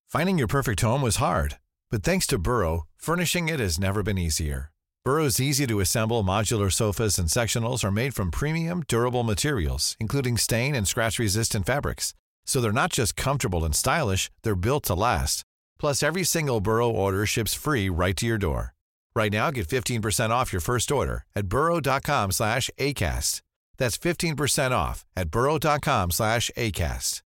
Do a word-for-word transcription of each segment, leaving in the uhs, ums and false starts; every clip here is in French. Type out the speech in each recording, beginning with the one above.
Finding your perfect home was hard, but thanks to Burrow, furnishing it has never been easier. Burrow's easy-to-assemble modular sofas and sectionals are made from premium, durable materials, including stain and scratch-resistant fabrics. So they're not just comfortable and stylish, they're built to last. Plus, every single Burrow order ships free right to your door. Right now, get fifteen percent off your first order at burrow.com slash ACAST. That's fifteen percent off at burrow.com slash ACAST.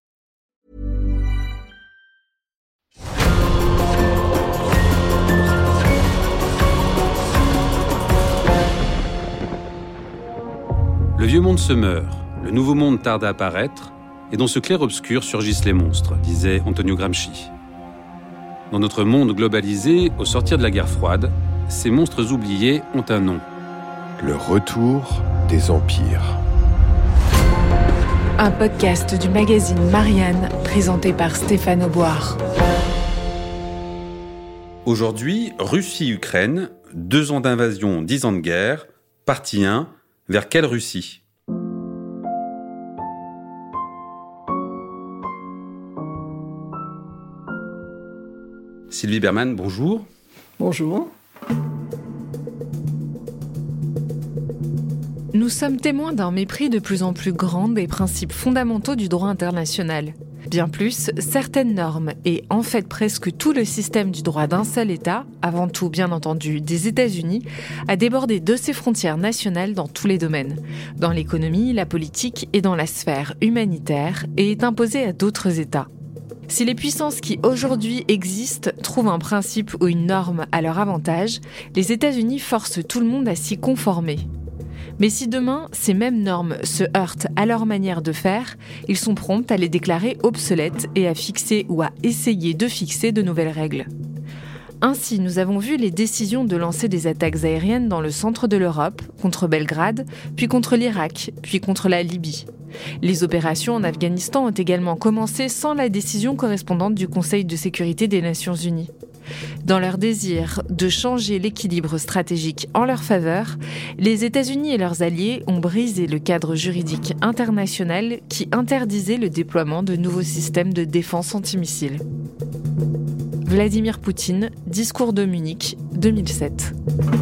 Le vieux monde se meurt, le nouveau monde tarde à apparaître, et dans ce clair-obscur surgissent les monstres, disait Antonio Gramsci. Dans notre monde globalisé, au sortir de la guerre froide, ces monstres oubliés ont un nom. Le retour des empires. Un podcast du magazine Marianne, présenté par Stéphane Auboire. Aujourd'hui, Russie-Ukraine, deux ans d'invasion, dix ans de guerre. Partie un, vers quelle Russie ? Sylvie Berman, bonjour. Bonjour. Nous sommes témoins d'un mépris de plus en plus grand des principes fondamentaux du droit international. Bien plus, certaines normes et en fait presque tout le système du droit d'un seul État, avant tout bien entendu des États-Unis, a débordé de ses frontières nationales dans tous les domaines, dans l'économie, la politique et dans la sphère humanitaire, et est imposé à d'autres États. Si les puissances qui aujourd'hui existent trouvent un principe ou une norme à leur avantage, les États-Unis forcent tout le monde à s'y conformer. Mais si demain, ces mêmes normes se heurtent à leur manière de faire, ils sont prompts à les déclarer obsolètes et à fixer ou à essayer de fixer de nouvelles règles. Ainsi, nous avons vu les décisions de lancer des attaques aériennes dans le centre de l'Europe, contre Belgrade, puis contre l'Irak, puis contre la Libye. Les opérations en Afghanistan ont également commencé sans la décision correspondante du Conseil de sécurité des Nations Unies. Dans leur désir de changer l'équilibre stratégique en leur faveur, les États-Unis et leurs alliés ont brisé le cadre juridique international qui interdisait le déploiement de nouveaux systèmes de défense antimissiles. Vladimir Poutine, discours de Munich, deux mille sept.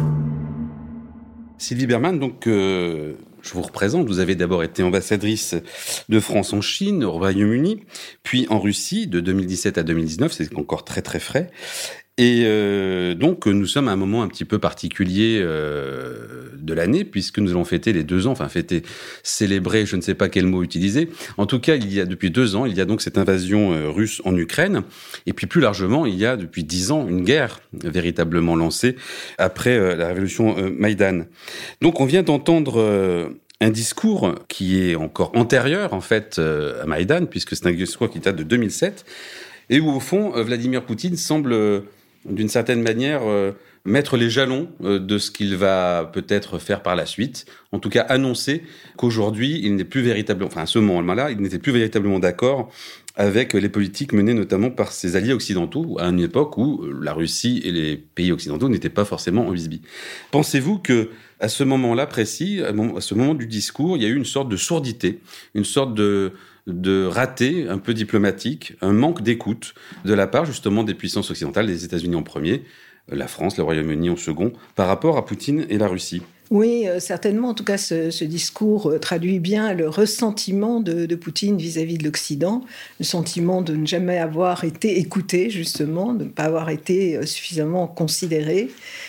Sylvie Berman, donc euh, je vous représente. Vous avez d'abord été ambassadrice de France en Chine, au Royaume-Uni, puis en Russie de deux mille dix-sept à deux mille dix-neuf, c'est encore très très frais. Et euh, donc, nous sommes à un moment un petit peu particulier euh, de l'année, puisque nous allons fêter les deux ans, enfin fêter, célébrer, je ne sais pas quel mot utiliser. En tout cas, il y a depuis deux ans, il y a donc cette invasion euh, russe en Ukraine. Et puis plus largement, il y a depuis dix ans une guerre véritablement lancée après euh, la révolution euh, Maïdan. Donc, on vient d'entendre... Euh, un discours qui est encore antérieur, en fait, euh, à Maïdan, puisque c'est un discours qui date de deux mille sept, et où, au fond, euh, Vladimir Poutine semble, euh, d'une certaine manière, euh, mettre les jalons euh, de ce qu'il va peut-être faire par la suite. En tout cas, annoncer qu'aujourd'hui, il n'est plus véritablement, enfin, à ce moment-là, il n'était plus véritablement d'accord avec les politiques menées notamment par ses alliés occidentaux, à une époque où la Russie et les pays occidentaux n'étaient pas forcément en bisbille. Pensez-vous que, à ce moment-là précis, à ce moment du discours, il y a eu une sorte de sourdité, une sorte de, de raté un peu diplomatique, un manque d'écoute de la part justement des puissances occidentales, des États-Unis en premier, la France, le Royaume-Uni en second, par rapport à Poutine et la Russie? Oui, euh, certainement. En tout cas, ce, ce discours euh, traduit bien le ressentiment de, de Poutine vis-à-vis de l'Occident, le sentiment de ne jamais avoir été écouté, justement, de ne pas avoir été euh, suffisamment considéré,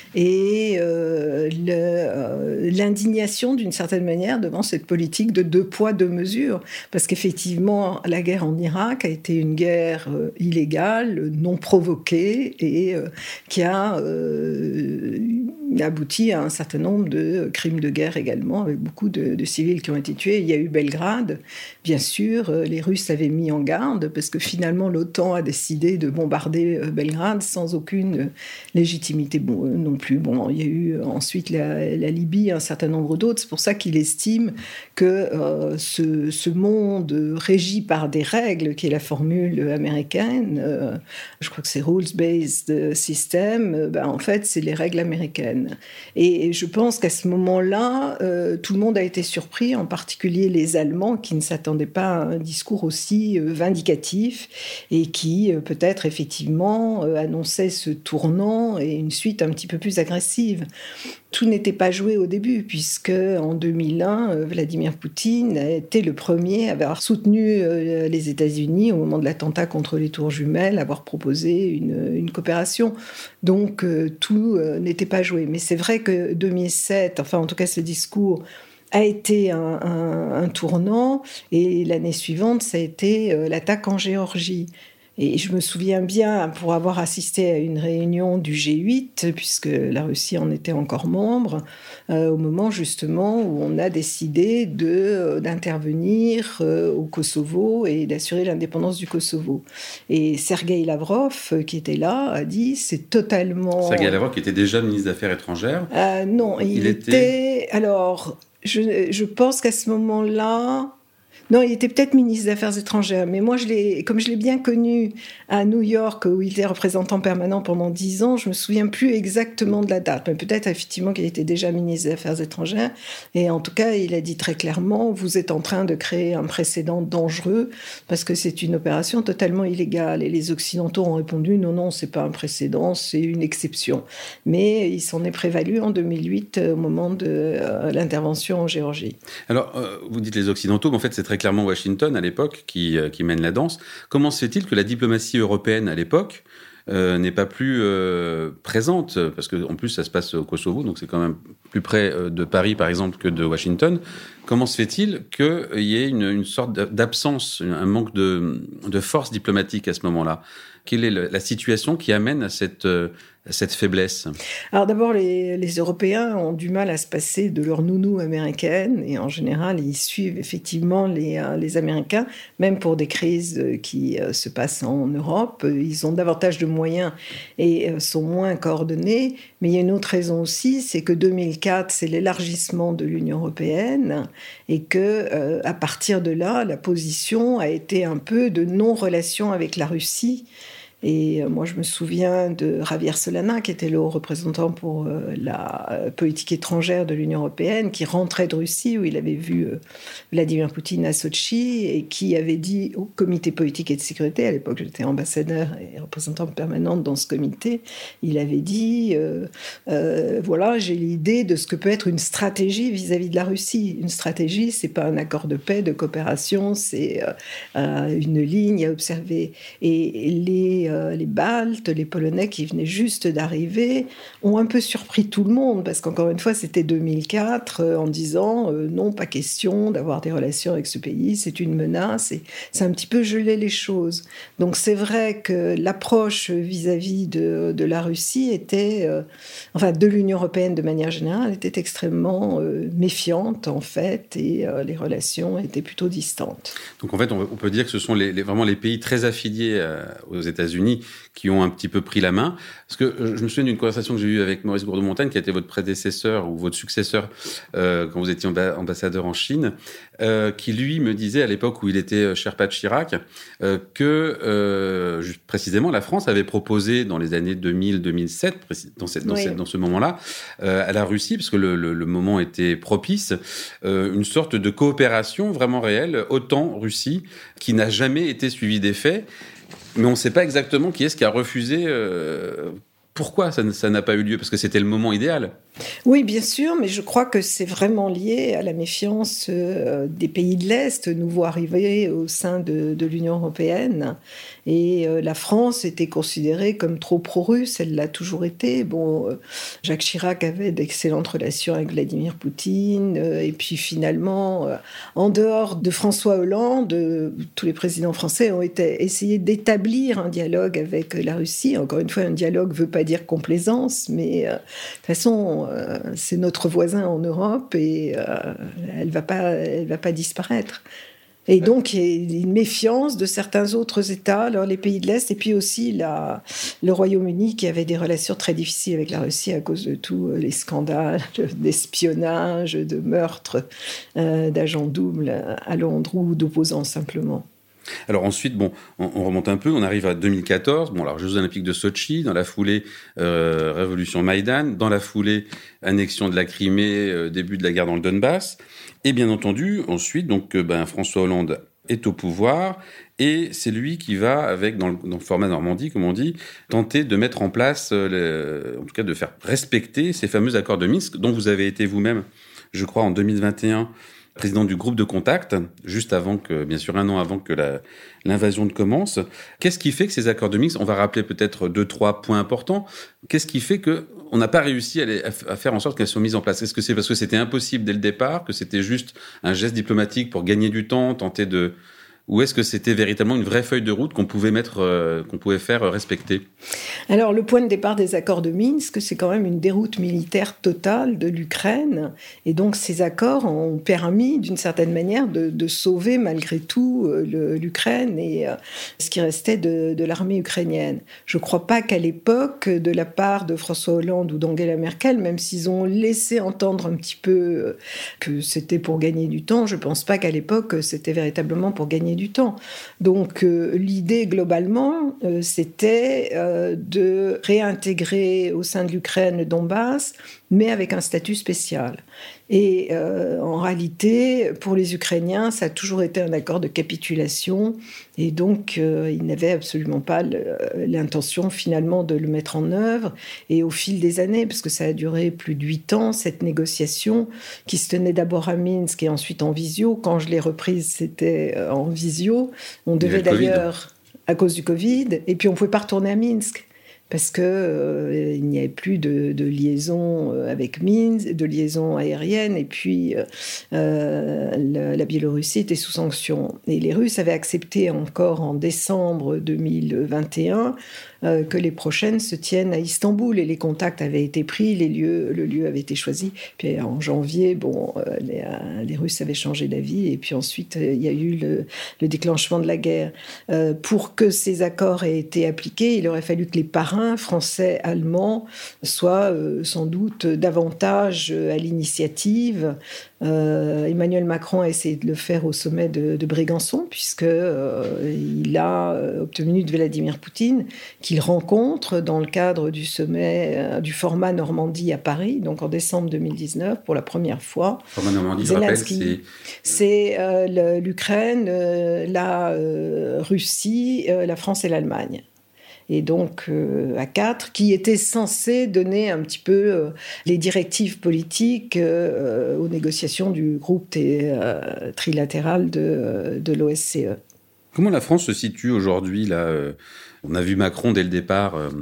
et euh, le, euh, l'indignation, d'une certaine manière, devant cette politique de deux poids, deux mesures. Parce qu'effectivement, la guerre en Irak a été une guerre euh, illégale, non provoquée, et euh, qui a euh, abouti à un certain nombre de crimes de guerre également, avec beaucoup de, de civils qui ont été tués. Il y a eu Belgrade, bien sûr, les Russes avaient mis en garde, parce que finalement l'OTAN a décidé de bombarder Belgrade sans aucune légitimité bon, non plus. Bon, il y a eu ensuite la, la Libye, un certain nombre d'autres. C'est pour ça qu'il estime que euh, ce, ce monde régi par des règles, qui est la formule américaine, euh, je crois que c'est rules-based system, ben, en fait c'est les règles américaines. Taïwan. Et je pense qu'à ce moment-là, euh, tout le monde a été surpris, en particulier les Allemands, qui ne s'attendaient pas à un discours aussi euh, vindicatif et qui, euh, peut-être, effectivement, euh, annonçait ce tournant et une suite un petit peu plus agressive. Tout n'était pas joué au début, puisque en deux mille un, Vladimir Poutine a été le premier à avoir soutenu les États-Unis au moment de l'attentat contre les Tours Jumelles, à avoir proposé une, une coopération. Donc tout n'était pas joué. Mais c'est vrai que deux mille sept, enfin en tout cas ce discours a été un, un, un tournant, et l'année suivante, ça a été l'attaque en Géorgie. Et je me souviens bien, pour avoir assisté à une réunion du G huit, puisque la Russie en était encore membre, euh, au moment justement où on a décidé de, euh, d'intervenir euh, au Kosovo et d'assurer l'indépendance du Kosovo. Et Sergueï Lavrov, euh, qui était là, a dit c'est totalement... Sergueï Lavrov, qui était déjà ministre des Affaires étrangères. Euh, non, il, il était... était... Alors, je, je pense qu'à ce moment-là... Non, il était peut-être ministre des Affaires étrangères, mais moi, je l'ai, comme je l'ai bien connu à New York, où il était représentant permanent pendant dix ans, je me souviens plus exactement de la date, mais peut-être effectivement qu'il était déjà ministre des Affaires étrangères. Et en tout cas, il a dit très clairement, vous êtes en train de créer un précédent dangereux parce que c'est une opération totalement illégale. Et les Occidentaux ont répondu, non, non, c'est pas un précédent, c'est une exception. Mais il s'en est prévalu en deux mille huit au moment de euh, l'intervention en Géorgie. Alors, euh, vous dites les Occidentaux, mais en fait, c'est très clairement Washington à l'époque qui, euh, qui mène la danse. Comment se fait-il que la diplomatie européenne à l'époque euh, n'est pas plus euh, présente? Parce qu'en plus, ça se passe au Kosovo, donc c'est quand même plus près de Paris, par exemple, que de Washington. Comment se fait-il qu'il y ait une, une sorte d'absence, un manque de, de force diplomatique à ce moment-là? Quelle est la situation qui amène à cette, à cette faiblesse? Alors d'abord, les, les Européens ont du mal à se passer de leur nounou américaine, et en général, ils suivent effectivement les, les Américains, même pour des crises qui se passent en Europe. Ils ont davantage de moyens et sont moins coordonnés. Mais il y a une autre raison aussi, c'est que deux mille quatre, c'est l'élargissement de l'Union européenne, et que euh, à partir de là, la position a été un peu de non-relation avec la Russie. Et moi, je me souviens de Javier Solana, qui était le haut représentant pour euh, la politique étrangère de l'Union européenne, qui rentrait de Russie, où il avait vu euh, Vladimir Poutine à Sochi, et qui avait dit au comité politique et de sécurité, à l'époque j'étais ambassadeur et représentant permanente dans ce comité, il avait dit, euh, euh, voilà, j'ai l'idée de ce que peut être une stratégie vis-à-vis de la Russie. Une stratégie, c'est pas un accord de paix, de coopération, c'est euh, une ligne à observer. Et les les Baltes, les Polonais qui venaient juste d'arriver, ont un peu surpris tout le monde, parce qu'encore une fois, c'était deux mille quatre, euh, en disant euh, non, pas question d'avoir des relations avec ce pays, c'est une menace, et c'est un petit peu gelé les choses. Donc c'est vrai que l'approche vis-à-vis de, de la Russie était, euh, enfin de l'Union européenne de manière générale, était extrêmement euh, méfiante en fait, et euh, les relations étaient plutôt distantes. Donc en fait, on peut dire que ce sont les, les, vraiment les pays très affiliés euh, aux États-Unis qui ont un petit peu pris la main. Parce que je me souviens d'une conversation que j'ai eue avec Maurice Gourde-Montagne, qui a été votre prédécesseur ou votre successeur euh, quand vous étiez amba- ambassadeur en Chine, euh, qui lui me disait à l'époque où il était Sherpa de Chirac euh, que euh, précisément la France avait proposé dans les années deux mille à deux mille sept, dans, cette, dans, oui. cette, dans ce moment-là, euh, à la Russie, parce que le, le, le moment était propice, euh, une sorte de coopération vraiment réelle, OTAN-Russie, qui n'a jamais été suivie des faits. Mais on ne sait pas exactement qui est-ce qui a refusé. Euh, pourquoi ça, ça n'a pas eu lieu? Parce que c'était le moment idéal. Oui, bien sûr, mais je crois que c'est vraiment lié à la méfiance euh, des pays de l'Est, nouveau arrivés au sein de, de l'Union européenne. Et euh, la France était considérée comme trop pro-russe, elle l'a toujours été. Bon, euh, Jacques Chirac avait d'excellentes relations avec Vladimir Poutine, euh, et puis finalement, euh, en dehors de François Hollande, euh, tous les présidents français ont été, essayé d'établir un dialogue avec la Russie. Encore une fois, un dialogue ne veut pas dire complaisance, mais euh, de toute façon, euh, c'est notre voisin en Europe et euh, elle ne va pas, elle va pas disparaître. Et donc, il y a une méfiance de certains autres États, alors les pays de l'Est, et puis aussi la, le Royaume-Uni qui avait des relations très difficiles avec la Russie à cause de tous les scandales d'espionnage, de meurtres, euh, d'agents doubles à Londres ou d'opposants simplement. Alors ensuite, bon, on, on remonte un peu, on arrive à deux mille quatorze, bon, alors Jeux Olympiques de Sotchi, dans la foulée, euh, révolution Maïdan, dans la foulée, annexion de la Crimée, euh, début de la guerre dans le Donbass, et bien entendu, ensuite, donc, euh, ben, François Hollande est au pouvoir, et c'est lui qui va, avec dans le, dans le format Normandie, comme on dit, tenter de mettre en place, euh, le, en tout cas de faire respecter ces fameux accords de Minsk, dont vous avez été vous-même, je crois, en deux mille vingt et un, président du groupe de contact, juste avant que, bien sûr, un an avant que la, l'invasion ne commence. Qu'est-ce qui fait que ces accords de Minsk, on va rappeler peut-être deux, trois points importants, qu'est-ce qui fait que on n'a pas réussi à, les, à faire en sorte qu'elles soient mises en place? Est-ce que c'est parce que c'était impossible dès le départ, que c'était juste un geste diplomatique pour gagner du temps, tenter de... Ou est-ce que c'était véritablement une vraie feuille de route qu'on pouvait mettre, euh, qu'on pouvait faire respecter? Alors, le point de départ des accords de Minsk, c'est quand même une déroute militaire totale de l'Ukraine. Et donc, ces accords ont permis, d'une certaine manière, de, de sauver malgré tout le, l'Ukraine et euh, ce qui restait de, de l'armée ukrainienne. Je ne crois pas qu'à l'époque, de la part de François Hollande ou d'Angela Merkel, même s'ils ont laissé entendre un petit peu que c'était pour gagner du temps, je ne pense pas qu'à l'époque, c'était véritablement pour gagner du temps. Donc euh, l'idée globalement, euh, c'était euh, de réintégrer au sein de l'Ukraine le Donbass, mais avec un statut spécial. Et euh, en réalité, pour les Ukrainiens, ça a toujours été un accord de capitulation, et donc euh, ils n'avaient absolument pas le, l'intention finalement de le mettre en œuvre. Et au fil des années, parce que ça a duré plus de huit ans, cette négociation qui se tenait d'abord à Minsk et ensuite en visio. Quand je l'ai reprise, c'était en visio. On devait d'ailleurs, à cause du Covid, et puis on ne pouvait pas retourner à Minsk. Parce qu'il euh, n'y avait plus de, de liaison avec Minsk, de liaison aérienne, et puis euh, la, la Biélorussie était sous sanctions. Et les Russes avaient accepté encore en décembre deux mille vingt et un euh, que les prochaines se tiennent à Istanbul, et les contacts avaient été pris, les lieux, le lieu avait été choisi. Puis en janvier, bon, euh, les, euh, les Russes avaient changé d'avis, et puis ensuite euh, il y a eu le, le déclenchement de la guerre. Euh, pour que ces accords aient été appliqués, il aurait fallu que les parrains français, allemands, soit euh, sans doute davantage à l'initiative. Euh, Emmanuel Macron a essayé de le faire au sommet de, de Brégançon, puisqu'il euh, a obtenu de Vladimir Poutine qu'il rencontre dans le cadre du sommet, euh, du format Normandie à Paris, donc en décembre deux mille dix-neuf, pour la première fois. Format Normandie, je rappelle, c'est... C'est euh, le, l'Ukraine, euh, la euh, Russie, euh, la France et l'Allemagne. Et donc euh, à quatre, qui était censé donner un petit peu euh, les directives politiques euh, aux négociations du groupe t- euh, trilatéral de, de l'O S C E. Comment la France se situe aujourd'hui là euh, On a vu Macron dès le départ euh,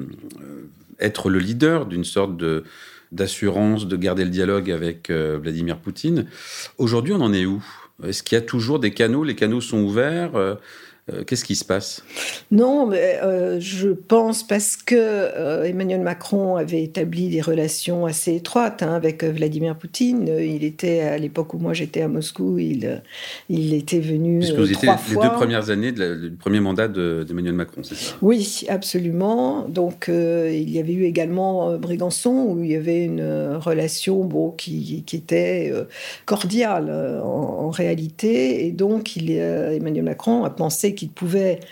être le leader d'une sorte de, d'assurance de garder le dialogue avec euh, Vladimir Poutine. Aujourd'hui, on en est où? Est-ce qu'il y a toujours des canaux? Les canaux sont ouverts? euh, Euh, qu'est-ce qui se passe? Non, mais euh, je pense parce que euh, Emmanuel Macron avait établi des relations assez étroites hein, avec Vladimir Poutine. Il était, à l'époque où moi j'étais à Moscou, il, il était venu Puisque vous euh, étiez trois les fois. deux premières années de la, du premier mandat de, d'Emmanuel Macron, c'est ça? Oui, absolument. Donc euh, il y avait eu également euh, Brégançon, où il y avait une euh, relation bon, qui, qui était euh, cordiale euh, en, en réalité. Et donc il, euh, Emmanuel Macron a pensé qu'il pouvait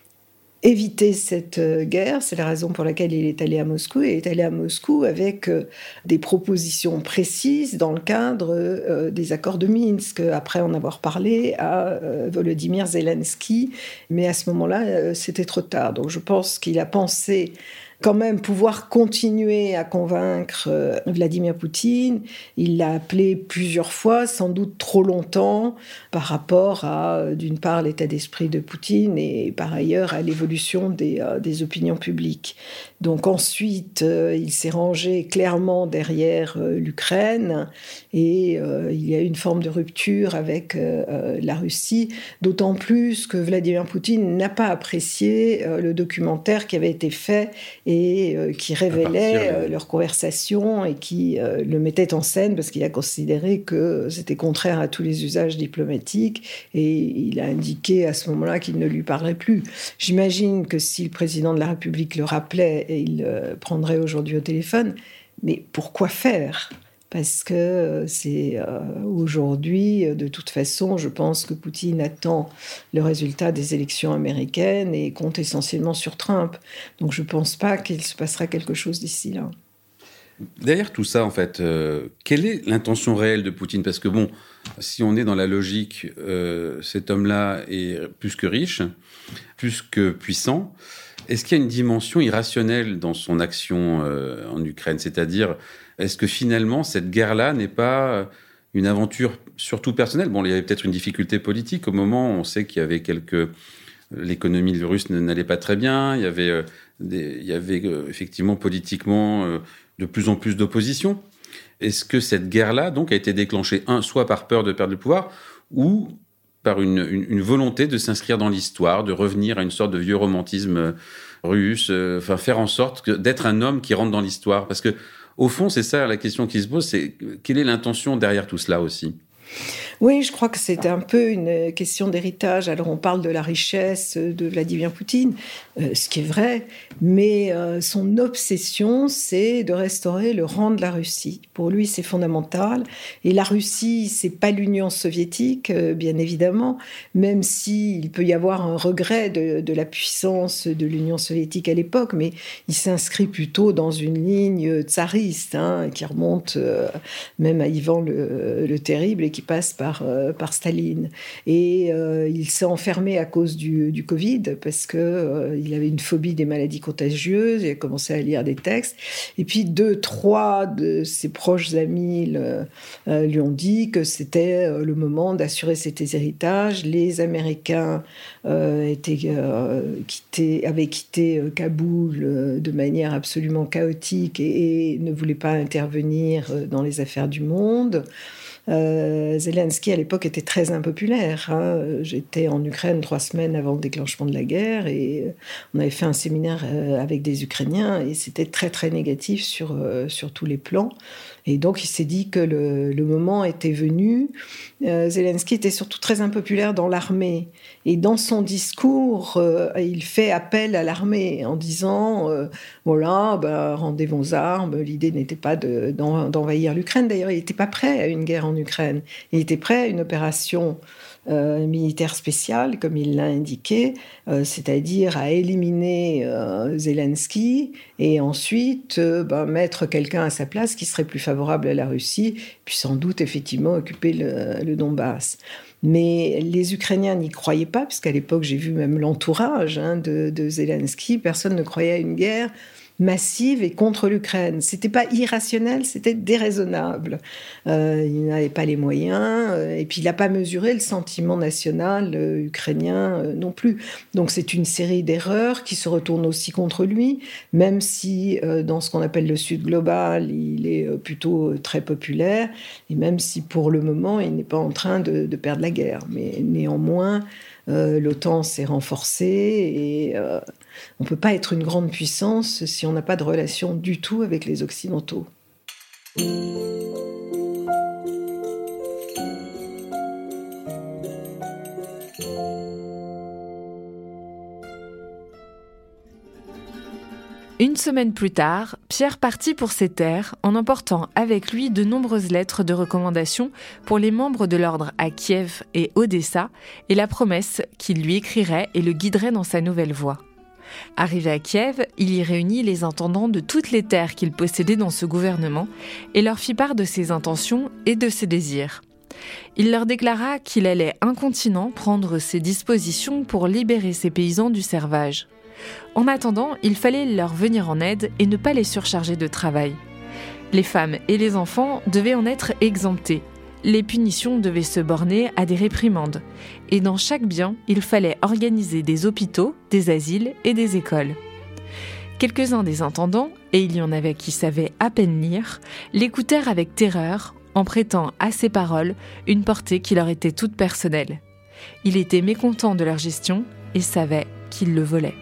éviter cette guerre. C'est la raison pour laquelle il est allé à Moscou. Et il est allé à Moscou avec euh, des propositions précises dans le cadre euh, des accords de Minsk, après en avoir parlé à euh, Volodymyr Zelensky. Mais à ce moment-là, euh, c'était trop tard. Donc je pense qu'il a pensé quand même pouvoir continuer à convaincre euh, Vladimir Poutine. Il l'a appelé plusieurs fois, sans doute trop longtemps, par rapport à, euh, d'une part, l'état d'esprit de Poutine et par ailleurs à l'évolution des, euh, des opinions publiques. Donc ensuite, euh, il s'est rangé clairement derrière euh, l'Ukraine et euh, il y a eu une forme de rupture avec euh, la Russie, d'autant plus que Vladimir Poutine n'a pas apprécié euh, le documentaire qui avait été fait et euh, qui révélait euh, leur conversation et qui euh, le mettait en scène parce qu'il a considéré que c'était contraire à tous les usages diplomatiques et il a indiqué à ce moment-là qu'il ne lui parlerait plus. J'imagine que si le président de la République le rappelait et il le prendrait aujourd'hui au téléphone, mais pourquoi faire ? parce que c'est euh, aujourd'hui, de toute façon, je pense que Poutine attend le résultat des élections américaines et compte essentiellement sur Trump. Donc je ne pense pas qu'il se passera quelque chose d'ici là. Derrière tout ça, en fait, euh, quelle est l'intention réelle de Poutine ? Parce que bon, si on est dans la logique, euh, cet homme-là est plus que riche, plus que puissant. Est-ce qu'il y a une dimension irrationnelle dans son action euh, en Ukraine ? C'est-à-dire, est-ce que finalement, cette guerre-là n'est pas une aventure surtout personnelle ? Bon, il y avait peut-être une difficulté politique au moment, on sait qu'il y avait quelques... L'économie russe n'allait pas très bien, il y avait, euh, des... il y avait euh, effectivement politiquement euh, de plus en plus d'opposition. Est-ce que cette guerre-là, donc, a été déclenchée, un, soit par peur de perdre le pouvoir, ou par une, une, une volonté de s'inscrire dans l'histoire, de revenir à une sorte de vieux romantisme russe, euh, enfin faire en sorte que, d'être un homme qui rentre dans l'histoire. Parce que, au fond, c'est ça la question qui se pose, c'est quelle est l'intention derrière tout cela aussi ? Oui, je crois que c'est un peu une question d'héritage. Alors, on parle de la richesse de Vladimir Poutine, euh, ce qui est vrai, mais euh, son obsession, c'est de restaurer le rang de la Russie. Pour lui, c'est fondamental. Et la Russie, c'est pas l'Union soviétique, euh, bien évidemment, même s'il peut y avoir un regret de, de la puissance de l'Union soviétique à l'époque, mais il s'inscrit plutôt dans une ligne tsariste, hein, qui remonte euh, même à Ivan le, le Terrible et qui passe par Par, euh, par Staline. Et euh, il s'est enfermé à cause du, du Covid parce qu'il euh, avait une phobie des maladies contagieuses. Il a commencé à lire des textes. Et puis deux, trois de ses proches amis le, euh, lui ont dit que c'était euh, le moment d'assurer cet héritage. Les Américains euh, étaient, euh, quitté, avaient quitté euh, Kaboul euh, de manière absolument chaotique et, et ne voulaient pas intervenir euh, dans les affaires du monde. Euh, Zelensky, à l'époque, était très impopulaire. Hein. J'étais en Ukraine trois semaines avant le déclenchement de la guerre et on avait fait un séminaire avec des Ukrainiens et c'était très, très négatif sur, euh, sur tous les plans. Et donc, il s'est dit que le, le moment était venu. Euh, Zelensky était surtout très impopulaire dans l'armée. Et dans son discours, euh, il fait appel à l'armée en disant euh, « Voilà, ben, rendez vos armes ». L'idée n'était pas de, d'en, d'envahir l'Ukraine. D'ailleurs, il n'était pas prêt à une guerre en Ukraine. Il était prêt à une opération Euh, militaire spécial, comme il l'a indiqué, euh, c'est-à-dire à éliminer euh, Zelensky et ensuite euh, ben, mettre quelqu'un à sa place qui serait plus favorable à la Russie, puis sans doute effectivement occuper le, le Donbass. Mais les Ukrainiens n'y croyaient pas, parce qu'à l'époque, j'ai vu même l'entourage hein, de, de Zelensky, personne ne croyait à une guerre massive et contre l'Ukraine. C'était pas irrationnel, c'était déraisonnable. Euh, il n'avait pas les moyens, euh, et puis il n'a pas mesuré le sentiment national euh, ukrainien euh, non plus. Donc c'est une série d'erreurs qui se retournent aussi contre lui, même si euh, dans ce qu'on appelle le Sud global, il est euh, plutôt euh, très populaire, et même si pour le moment, il n'est pas en train de, de perdre la guerre. Mais néanmoins, Euh, l'OTAN s'est renforcée et euh, on ne peut pas être une grande puissance si on n'a pas de relation du tout avec les Occidentaux. Une semaine plus tard, Pierre partit pour ses terres en emportant avec lui de nombreuses lettres de recommandation pour les membres de l'ordre à Kiev et Odessa et la promesse qu'il lui écrirait et le guiderait dans sa nouvelle voie. Arrivé à Kiev, il y réunit les intendants de toutes les terres qu'il possédait dans ce gouvernement et leur fit part de ses intentions et de ses désirs. Il leur déclara qu'il allait incontinent prendre ses dispositions pour libérer ses paysans du servage. En attendant, il fallait leur venir en aide et ne pas les surcharger de travail. Les femmes et les enfants devaient en être exemptés. Les punitions devaient se borner à des réprimandes. Et dans chaque bien, il fallait organiser des hôpitaux, des asiles et des écoles. Quelques-uns des intendants, et il y en avait qui savaient à peine lire, l'écoutèrent avec terreur en prêtant à ses paroles une portée qui leur était toute personnelle. Il était mécontent de leur gestion et savait qu'ils le volaient.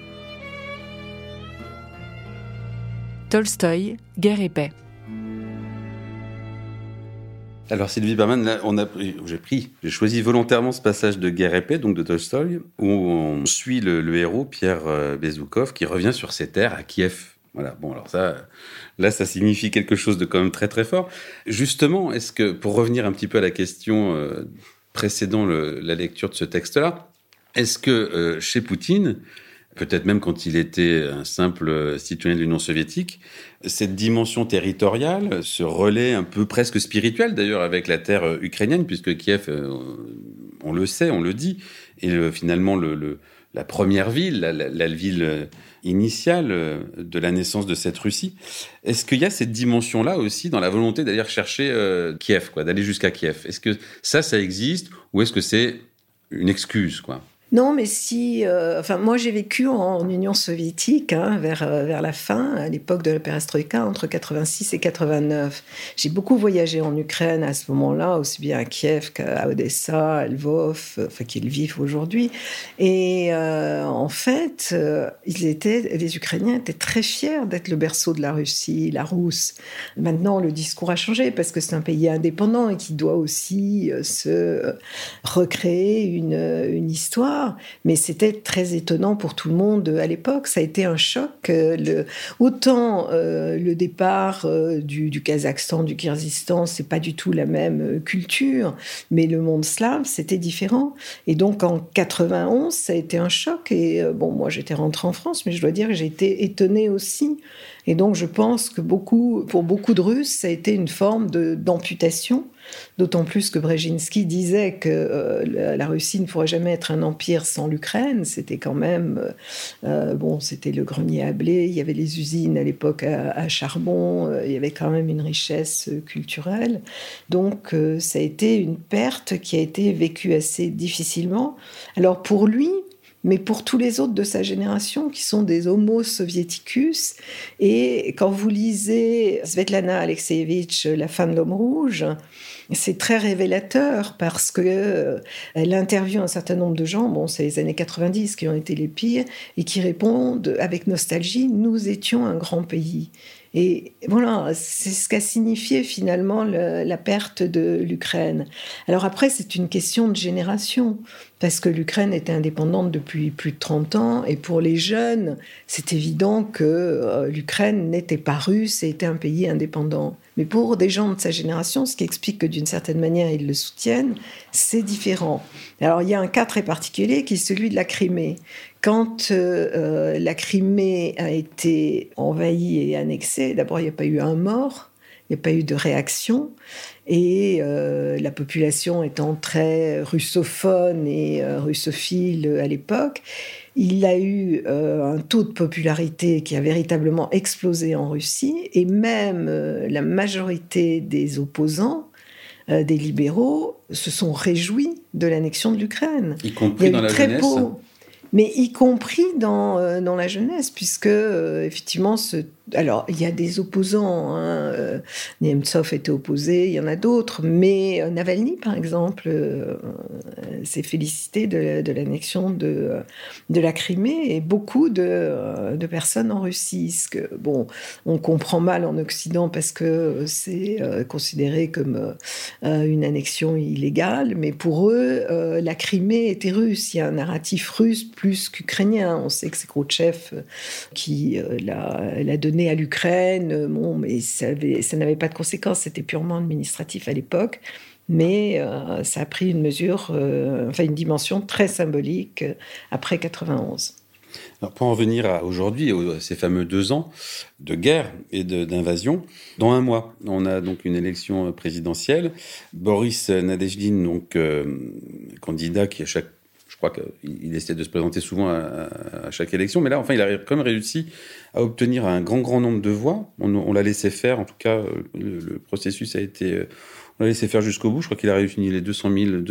Tolstoï, Guerre et paix. Alors Sylvie Berman, là, on a pris, j'ai pris, j'ai choisi volontairement ce passage de Guerre et paix, donc de Tolstoï, où on suit le, le héros Pierre Bezoukov qui revient sur ses terres à Kiev, Voilà, bon, alors ça, là, ça signifie quelque chose de quand même très très fort. Justement, est-ce que, pour revenir un petit peu à la question euh, précédant le, la lecture de ce texte-là, est-ce que euh, chez Poutine, peut-être même quand il était un simple citoyen de l'Union soviétique, cette dimension territoriale, ce relais un peu presque spirituel d'ailleurs avec la terre ukrainienne, puisque Kiev, euh, on le sait, on le dit, est le, finalement le, le, la première ville, la, la, la ville initiale de la naissance de cette Russie. Est-ce qu'il y a cette dimension-là aussi dans la volonté d'aller chercher euh, Kiev, quoi, d'aller jusqu'à Kiev? Est-ce que ça, ça existe, ou est-ce que c'est une excuse, quoi? Non, mais si... Euh, enfin, moi, j'ai vécu en, en Union soviétique, hein, vers, euh, vers la fin, à l'époque de la perestroïka, entre quatre-vingt-six et quatre-vingt-neuf. J'ai beaucoup voyagé en Ukraine à ce moment-là, aussi bien à Kiev qu'à Odessa, à Lvov, enfin, qui est Lviv aujourd'hui. Et euh, en fait, euh, ils étaient, les Ukrainiens étaient très fiers d'être le berceau de la Russie, la Rousse. Maintenant, le discours a changé, parce que c'est un pays indépendant et qui doit aussi euh, se recréer une, une histoire. Mais c'était très étonnant pour tout le monde à l'époque. Ça a été un choc. Le, autant euh, le départ euh, du, du Kazakhstan, du Kyrgyzstan, c'est pas du tout la même culture, mais le monde slave, c'était différent. Et donc en quatre-vingt-onze, ça a été un choc. Et euh, bon, moi j'étais rentrée en France, mais je dois dire que j'ai été étonnée aussi. Et donc je pense que beaucoup, pour beaucoup de Russes, ça a été une forme de, d'amputation. D'autant plus que Brzezinski disait que euh, la Russie ne pourrait jamais être un empire sans l'Ukraine. C'était quand même... Euh, bon, c'était le grenier à blé, il y avait les usines à l'époque à, à charbon, euh, il y avait quand même une richesse culturelle. Donc, euh, ça a été une perte qui a été vécue assez difficilement. Alors, pour lui... mais pour tous les autres de sa génération, qui sont des homo soviéticus. Et quand vous lisez Svetlana Alexievitch, La fin de l'homme rouge, c'est très révélateur, parce qu'elle euh, interviewe un certain nombre de gens, bon, c'est les années quatre-vingt-dix qui ont été les pires, et qui répondent avec nostalgie « Nous étions un grand pays ». Et voilà, c'est ce qu'a signifié finalement le, la perte de l'Ukraine. Alors après, c'est une question de génération, parce que l'Ukraine était indépendante depuis plus de trente ans, et pour les jeunes, c'est évident que euh, l'Ukraine n'était pas russe et était un pays indépendant. Mais pour des gens de sa génération, ce qui explique que d'une certaine manière, ils le soutiennent, c'est différent. Alors il y a un cas très particulier qui est celui de la Crimée. Quand euh, la Crimée a été envahie et annexée, d'abord, il n'y a pas eu un mort, il n'y a pas eu de réaction. Et euh, la population étant très russophone et euh, russophile à l'époque, il a eu euh, un taux de popularité qui a véritablement explosé en Russie. Et même euh, la majorité des opposants, euh, des libéraux, se sont réjouis de l'annexion de l'Ukraine. Y compris dans la jeunesse. Peu, mais y compris dans, euh, dans la jeunesse, puisque, euh, effectivement, ce... alors, il y a des opposants, hein, euh, Nemtsov était opposé, il y en a d'autres, mais euh, Navalny, par exemple, euh, s'est félicité de, de l'annexion de, de la Crimée, et beaucoup de, euh, de personnes en Russie. Ce que, bon, on comprend mal en Occident, parce que c'est euh, considéré comme euh, une annexion illégale, mais pour eux, euh, la Crimée était russe. Il y a un narratif russe plus qu'ukrainien. On sait que c'est Khrouchtchev qui euh, l'a, l'a donné à l'Ukraine. Bon, mais ça, avait, ça n'avait pas de conséquences. C'était purement administratif à l'époque. Mais euh, ça a pris une mesure, euh, enfin une dimension très symbolique euh, après quatre-vingt-onze. Alors pour en venir à aujourd'hui, à ces fameux deux ans de guerre et de, d'invasion, dans un mois, on a donc une élection présidentielle. Boris Nadezhdin, donc euh, candidat qui à chaque Je crois qu'il essaie de se présenter souvent à, à chaque élection, mais là, enfin, il a quand même réussi à obtenir un grand, grand nombre de voix. On, on l'a laissé faire, en tout cas, le, le processus a été... On l'a laissé faire jusqu'au bout. Je crois qu'il a réuni les deux cent mille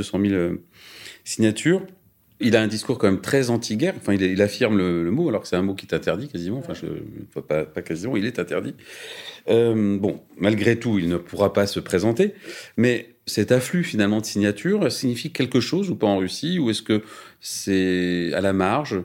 signatures. Il a un discours quand même très anti-guerre. Enfin, il, il affirme le, le mot, alors que c'est un mot qui est interdit quasiment. Enfin, je, pas, pas quasiment, il est interdit. Euh, bon, malgré tout, il ne pourra pas se présenter, mais... Cet afflux, finalement, de signatures signifie quelque chose ou pas en Russie? Ou est-ce que c'est à la marge?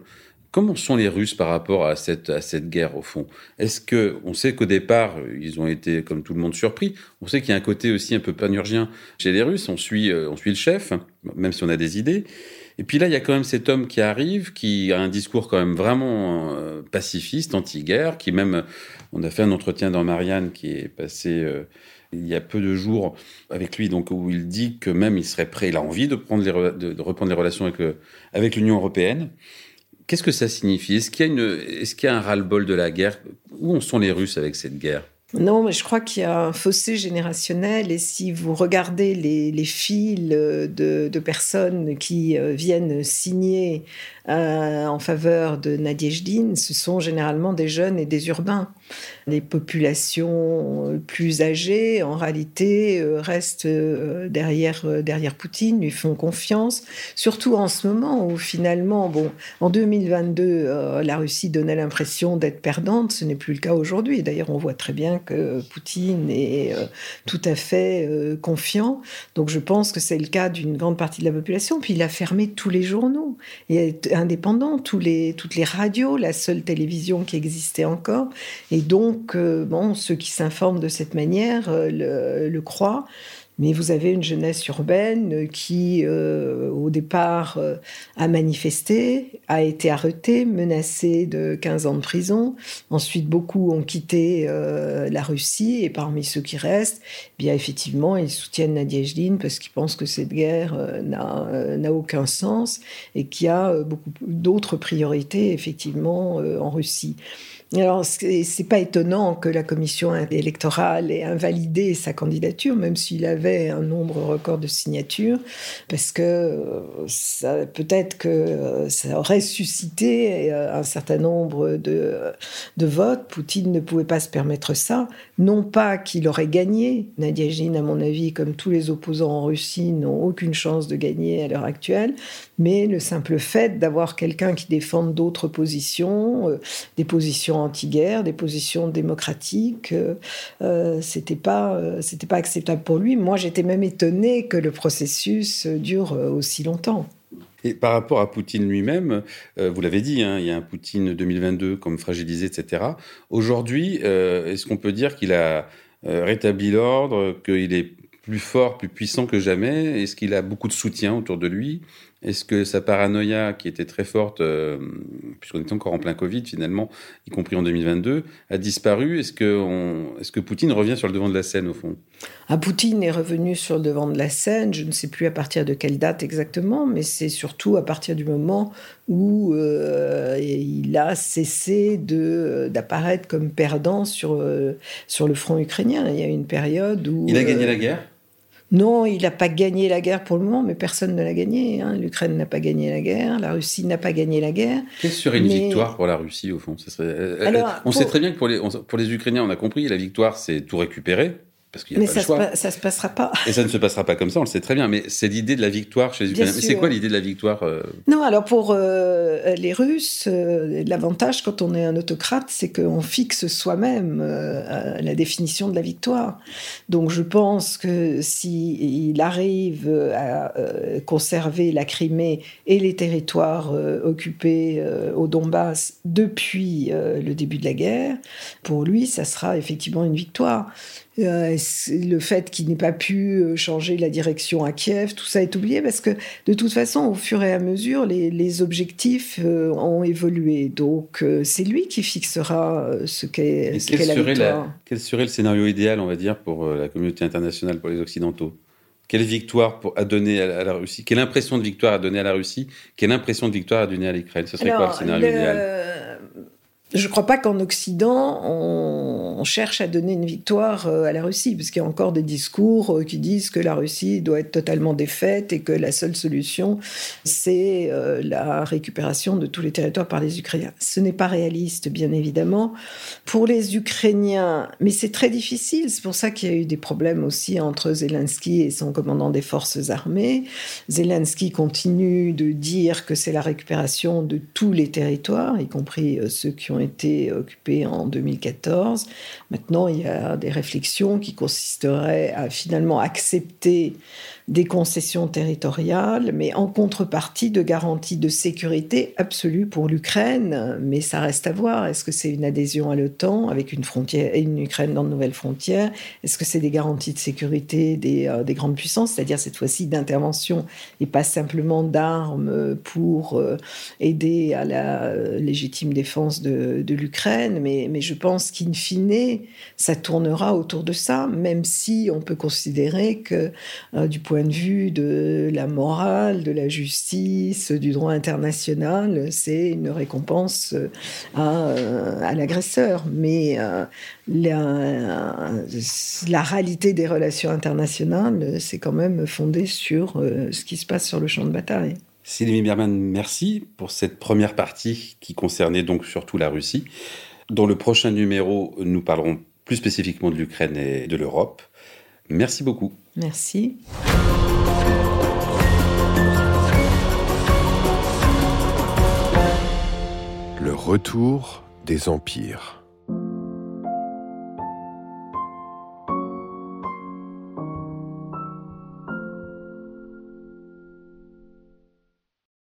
Comment sont les Russes par rapport à cette, à cette guerre, au fond ? Est-ce que, on sait qu'au départ, ils ont été, comme tout le monde, surpris. On sait qu'il y a un côté aussi un peu panurgien chez les Russes. On suit, on suit le chef, même si on a des idées. Et puis là, il y a quand même cet homme qui arrive, qui a un discours quand même vraiment euh, pacifiste, anti-guerre, qui même, on a fait un entretien dans Marianne qui est passé euh, il y a peu de jours avec lui, donc où il dit que même il serait prêt, il a envie de, prendre les, de, de reprendre les relations avec, euh, avec l'Union européenne. Qu'est-ce que ça signifie ? Est-ce qu'il y a une, est-ce qu'il y a un ras-le-bol de la guerre ? Où en sont les Russes avec cette guerre ? Non, mais je crois qu'il y a un fossé générationnel et si vous regardez les, les fils de, de personnes qui viennent signer euh, en faveur de Nadezhdine, ce sont généralement des jeunes et des urbains. Les populations plus âgées, en réalité, restent derrière, derrière Poutine, lui font confiance, surtout en ce moment où finalement, bon, en deux mille vingt-deux, euh, la Russie donnait l'impression d'être perdante, ce n'est plus le cas aujourd'hui. D'ailleurs, on voit très bien que Poutine est euh, tout à fait euh, confiant. Donc je pense que c'est le cas d'une grande partie de la population. Puis il a fermé tous les journaux. Il est indépendant, tous les, toutes les radios, la seule télévision qui existait encore. Et donc, euh, bon, ceux qui s'informent de cette manière euh, le, le croient. Mais vous avez une jeunesse urbaine qui, euh, au départ, euh, a manifesté, a été arrêtée, menacée de quinze ans de prison. Ensuite, beaucoup ont quitté euh, la Russie. Et parmi ceux qui restent, eh bien, effectivement, ils soutiennent Nadezhdine parce qu'ils pensent que cette guerre euh, n'a, euh, n'a aucun sens et qu'il y a euh, beaucoup d'autres priorités, effectivement, euh, en Russie. Alors, c'est, c'est pas étonnant que la commission électorale ait invalidé sa candidature, même s'il avait un nombre record de signatures, parce que ça, peut-être que ça aurait suscité un certain nombre de, de votes. Poutine ne pouvait pas se permettre ça. Non pas qu'il aurait gagné. Nadezhdine, à mon avis, comme tous les opposants en Russie, n'ont aucune chance de gagner à l'heure actuelle, mais le simple fait d'avoir quelqu'un qui défende d'autres positions, euh, des positions anti-guerre, des positions démocratiques, euh, euh, c'était pas, euh, c'était pas acceptable pour lui. Moi, j'étais même étonnée que le processus dure aussi longtemps. Et par rapport à Poutine lui-même, euh, vous l'avez dit, hein, il y a un Poutine deux mille vingt-deux comme fragilisé, et cetera. Aujourd'hui, euh, est-ce qu'on peut dire qu'il a euh, rétabli l'ordre, qu'il est plus fort, plus puissant que jamais ? Est-ce qu'il a beaucoup de soutien autour de lui ? Est-ce que sa paranoïa, qui était très forte, euh, puisqu'on était encore en plein Covid finalement, y compris en deux mille vingt-deux, a disparu ? Est-ce que, on, est-ce que Poutine revient sur le devant de la scène, au fond ? Ah, Poutine est revenu sur le devant de la scène, je ne sais plus à partir de quelle date exactement, mais c'est surtout à partir du moment où euh, il a cessé de, d'apparaître comme perdant sur, euh, sur le front ukrainien. Il y a une période où... Il a gagné euh, la guerre ? Non, il n'a pas gagné la guerre pour le moment, mais personne ne l'a gagné. Hein. L'Ukraine n'a pas gagné la guerre, la Russie n'a pas gagné la guerre. Quelle serait une mais... victoire pour la Russie, au fond ? Ça serait... Alors, On pour... sait très bien que pour les, pour les Ukrainiens, on a compris, la victoire, c'est tout récupérer. Parce qu'il y a mais pas ça le choix. Se, ça se passera pas. Et ça ne se passera pas comme ça, on le sait très bien. Mais c'est l'idée de la victoire chez les Ukrainiens. Mais c'est quoi l'idée de la victoire euh... Non, alors pour euh, les Russes, euh, l'avantage quand on est un autocrate, c'est qu'on fixe soi-même euh, la définition de la victoire. Donc je pense que s'il arrive à euh, conserver la Crimée et les territoires euh, occupés euh, au Donbass depuis euh, le début de la guerre, pour lui, ça sera effectivement une victoire. Euh, le fait qu'il n'ait pas pu changer la direction à Kiev, tout ça est oublié parce que de toute façon, au fur et à mesure, les, les objectifs euh, ont évolué. Donc, euh, c'est lui qui fixera ce qu'est, ce qu'est la victoire. La, quel serait le scénario idéal, on va dire, pour euh, la communauté internationale, pour les Occidentaux ? Quelle victoire pour, à donner à, à la Russie ? Quelle impression de victoire à donner à la Russie ? Quelle impression de victoire à donner à l'Ukraine ? Ce serait Alors, quoi le scénario le... idéal ? Je ne crois pas qu'en Occident, on cherche à donner une victoire à la Russie, parce qu'il y a encore des discours qui disent que la Russie doit être totalement défaite et que la seule solution, c'est la récupération de tous les territoires par les Ukrainiens. Ce n'est pas réaliste, bien évidemment. Pour les Ukrainiens, mais c'est très difficile, c'est pour ça qu'il y a eu des problèmes aussi entre Zelensky et son commandant des forces armées. Zelensky continue de dire que c'est la récupération de tous les territoires, y compris ceux qui ont ont été occupés en deux mille quatorze. Maintenant, il y a des réflexions qui consisteraient à finalement accepter des concessions territoriales, mais en contrepartie de garanties de sécurité absolue pour l'Ukraine. Mais ça reste à voir. Est-ce que c'est une adhésion à l'OTAN avec une frontière et une Ukraine dans de nouvelles frontières? Est-ce que c'est des garanties de sécurité des, euh, des grandes puissances, c'est-à-dire cette fois-ci d'intervention et pas simplement d'armes pour euh, aider à la euh, légitime défense de, de l'Ukraine? Mais, mais je pense qu'in fine, ça tournera autour de ça, même si on peut considérer que euh, du point de vue de la morale, de la justice, du droit international, c'est une récompense à, à l'agresseur. Mais euh, la, la réalité des relations internationales, c'est quand même fondé sur euh, ce qui se passe sur le champ de bataille. Sylvie Berman, merci pour cette première partie qui concernait donc surtout la Russie. Dans le prochain numéro, nous parlerons plus spécifiquement de l'Ukraine et de l'Europe. Merci beaucoup. Merci. Le retour des empires.